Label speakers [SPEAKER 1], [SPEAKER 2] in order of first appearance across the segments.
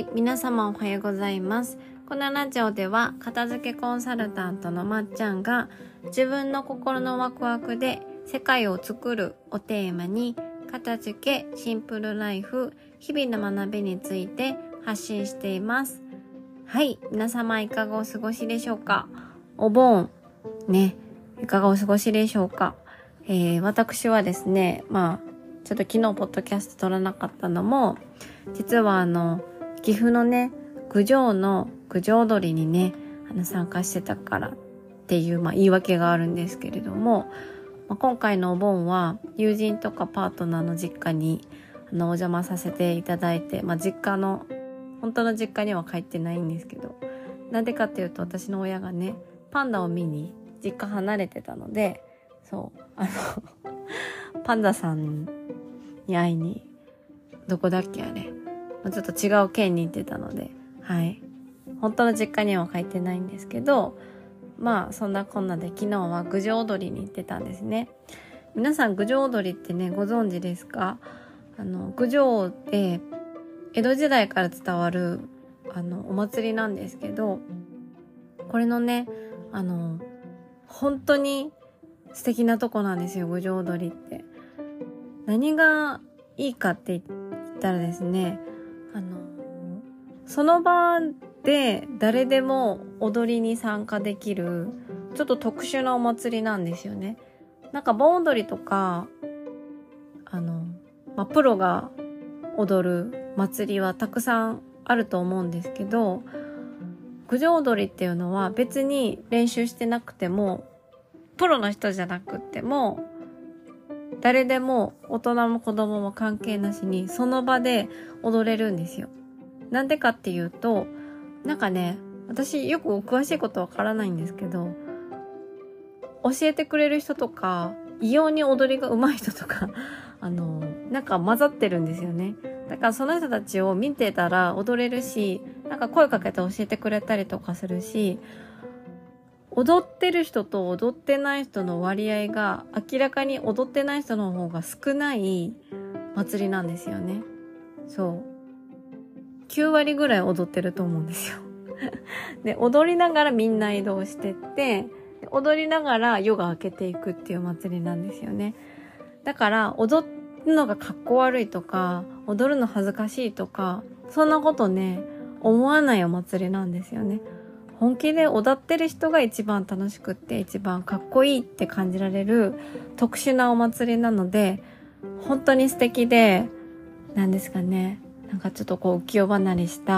[SPEAKER 1] い、皆様おはようございます。このラジオでは片付けコンサルタントのまっちゃんが自分の心のワクワクで世界を作るをテーマに片付け、シンプルライフ、日々の学びについて発信しています。はい、皆様いかがお過ごしでしょうか。お盆ね、いかがお過ごしでしょうか。私はですね、ちょっと昨日ポッドキャスト撮らなかったのも、実は岐阜のね、郡上の郡上踊りにね、参加してたからっていう、言い訳があるんですけれども、今回のお盆は友人とかパートナーの実家にお邪魔させていただいて、本当の実家には帰ってないんですけど、なんでかっていうと私の親がね、パンダを見に実家離れてたので、パンダさんに会いに、どこだっけあれ、ちょっと違う県に行ってたので、はい。本当の実家には帰ってないんですけど、そんなこんなで昨日は郡上踊りに行ってたんですね。皆さん郡上踊りってね、ご存知ですか？郡上って江戸時代から伝わるお祭りなんですけど、これのね、本当に素敵なとこなんですよ、郡上踊りって。何がいいかって言ったらですね、その場で誰でも踊りに参加できるちょっと特殊なお祭りなんですよね。なんか盆踊りとかプロが踊る祭りはたくさんあると思うんですけど、郡上踊りっていうのは別に練習してなくても、プロの人じゃなくても誰でも大人も子供も関係なしにその場で踊れるんですよ。なんでかっていうと、なんかね、私よく詳しいことわからないんですけど、教えてくれる人とか異様に踊りが上手い人とかなんか混ざってるんですよね。だからその人たちを見てたら踊れるし、なんか声かけて教えてくれたりとかするし、踊ってる人と踊ってない人の割合が明らかに踊ってない人の方が少ない祭りなんですよね。そう。9割ぐらい踊ってると思うんですよ。で、踊りながらみんな移動してって、踊りながら夜が明けていくっていう祭りなんですよね。だから踊るのがかっこ悪いとか、踊るの恥ずかしいとか、そんなことね、思わないお祭りなんですよね。本気で踊ってる人が一番楽しくって一番かっこいいって感じられる特殊なお祭りなので、本当に素敵で、なんですかね、なんかちょっと浮世離れした、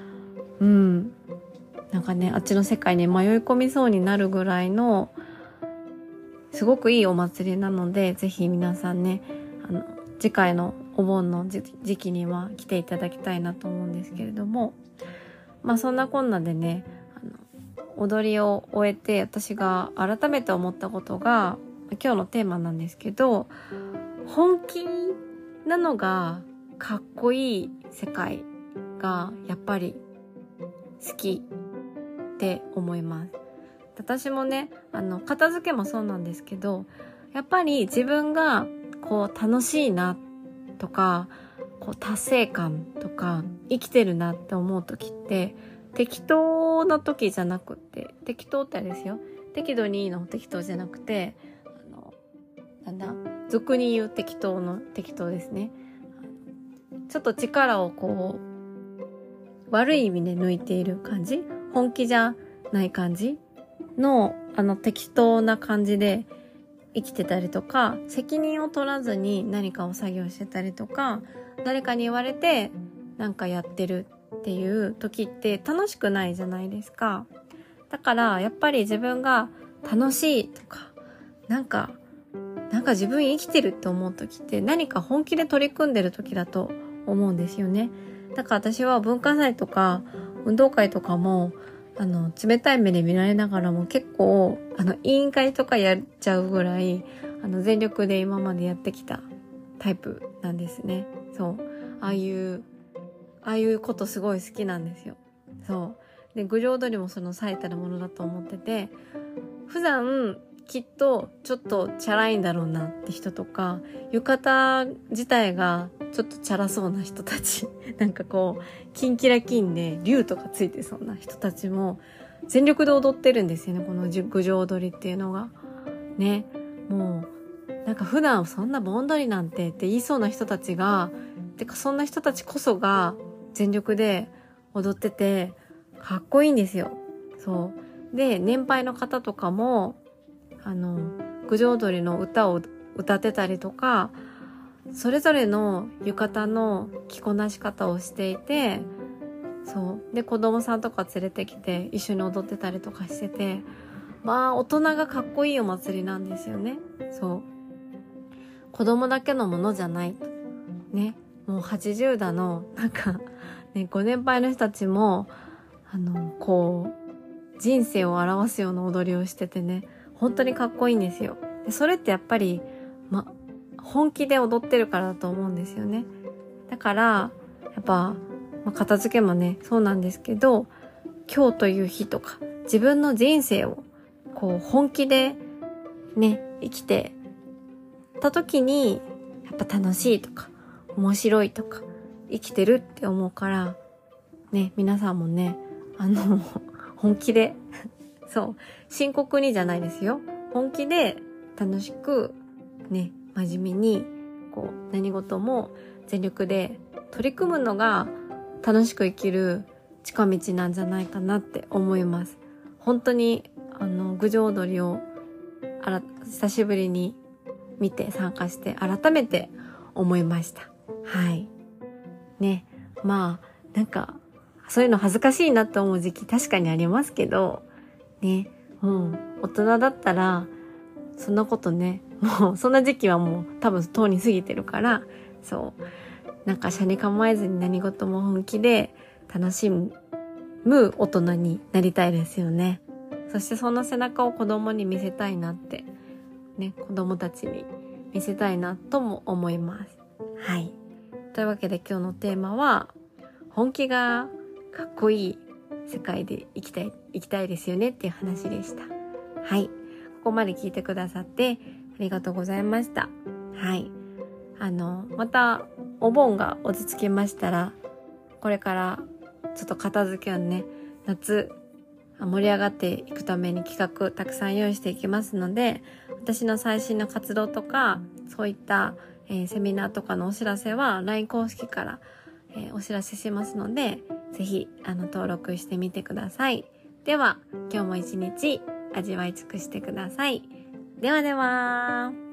[SPEAKER 1] なんかね、あっちの世界に迷い込みそうになるぐらいのすごくいいお祭りなので、ぜひ皆さんね、次回のお盆の時期には来ていただきたいなと思うんですけれども、そんなこんなでね、踊りを終えて私が改めて思ったことが今日のテーマなんですけど、本気なのがかっこいい世界がやっぱり好きって思います。私もね、片付けもそうなんですけど、やっぱり自分が楽しいなとか達成感とか生きてるなって思う時って適当な時じゃなくて、適当ってあれですよ、適度にいいの適当じゃなくて、俗に言う適当の適当ですね。ちょっと力を悪い意味で抜いている感じ、本気じゃない感じの適当な感じで生きてたりとか、責任を取らずに何かを作業してたりとか、誰かに言われてなんかやってるっていう時って楽しくないじゃないですか。だからやっぱり自分が楽しいとか、なんか自分生きてるって思う時って何か本気で取り組んでる時だと思うんですよね。だから私は文化祭とか運動会とかも冷たい目で見られながらも結構委員会とかやっちゃうぐらい全力で今までやってきたタイプなんですね。そう、ああいうことすごい好きなんですよ。そうで、郡上踊りもその最たるものだと思ってて、普段きっとちょっとチャラいんだろうなって人とか、浴衣自体がちょっとチャラそうな人たちなんかこうキンキラキンで竜とかついてそうな人たちも全力で踊ってるんですよね、この郡上踊りっていうのがね。もうなんか普段そんな盆踊りなんてって言いそうな人たちが、てかそんな人たちこそが全力で踊っててかっこいいんですよ。そうで、年配の方とかも郡上踊りの歌を歌ってたりとか、それぞれの浴衣の着こなし方をしていて、そうで子供さんとか連れてきて一緒に踊ってたりとかしてて、まあ大人がかっこいいお祭りなんですよね。そう子供だけのものじゃないね。もう80だのなんかね、ご年配の人たちもこう人生を表すような踊りをしててね、本当にかっこいいんですよ。でそれってやっぱり本気で踊ってるからだと思うんですよね。だからやっぱ、片付けもねそうなんですけど、今日という日とか自分の人生をこう本気でね生きてた時にやっぱ楽しいとか面白いとか生きてるって思うからね、皆さんもね本気でそう深刻にじゃないですよ、本気で楽しくね、真面目にこう何事も全力で取り組むのが楽しく生きる近道なんじゃないかなって思います。本当に郡上踊りを久しぶりに見て参加して改めて思いました。はいね、まあなんかそういうの恥ずかしいなって思う時期確かにありますけどね、大人だったらそんなことね、もうそんな時期はもう多分とうに過ぎてるから、そうなんか車に構えずに何事も本気で楽しむ大人になりたいですよね。そしてその背中を子供に見せたいなってね、子供たちに見せたいなとも思います。はい、というわけで今日のテーマは本気がかっこいい世界で生きたいですよねっていう話でした。はい、ここまで聞いてくださってありがとうございました。はい、またお盆が落ち着きましたら、これからちょっと片付けをね、夏盛り上がっていくために企画たくさん用意していきますので、私の最新の活動とかそういった、セミナーとかのお知らせは LINE 公式から、お知らせしますので、ぜひ登録してみてください。では今日も一日味わい尽くしてください。ではでは。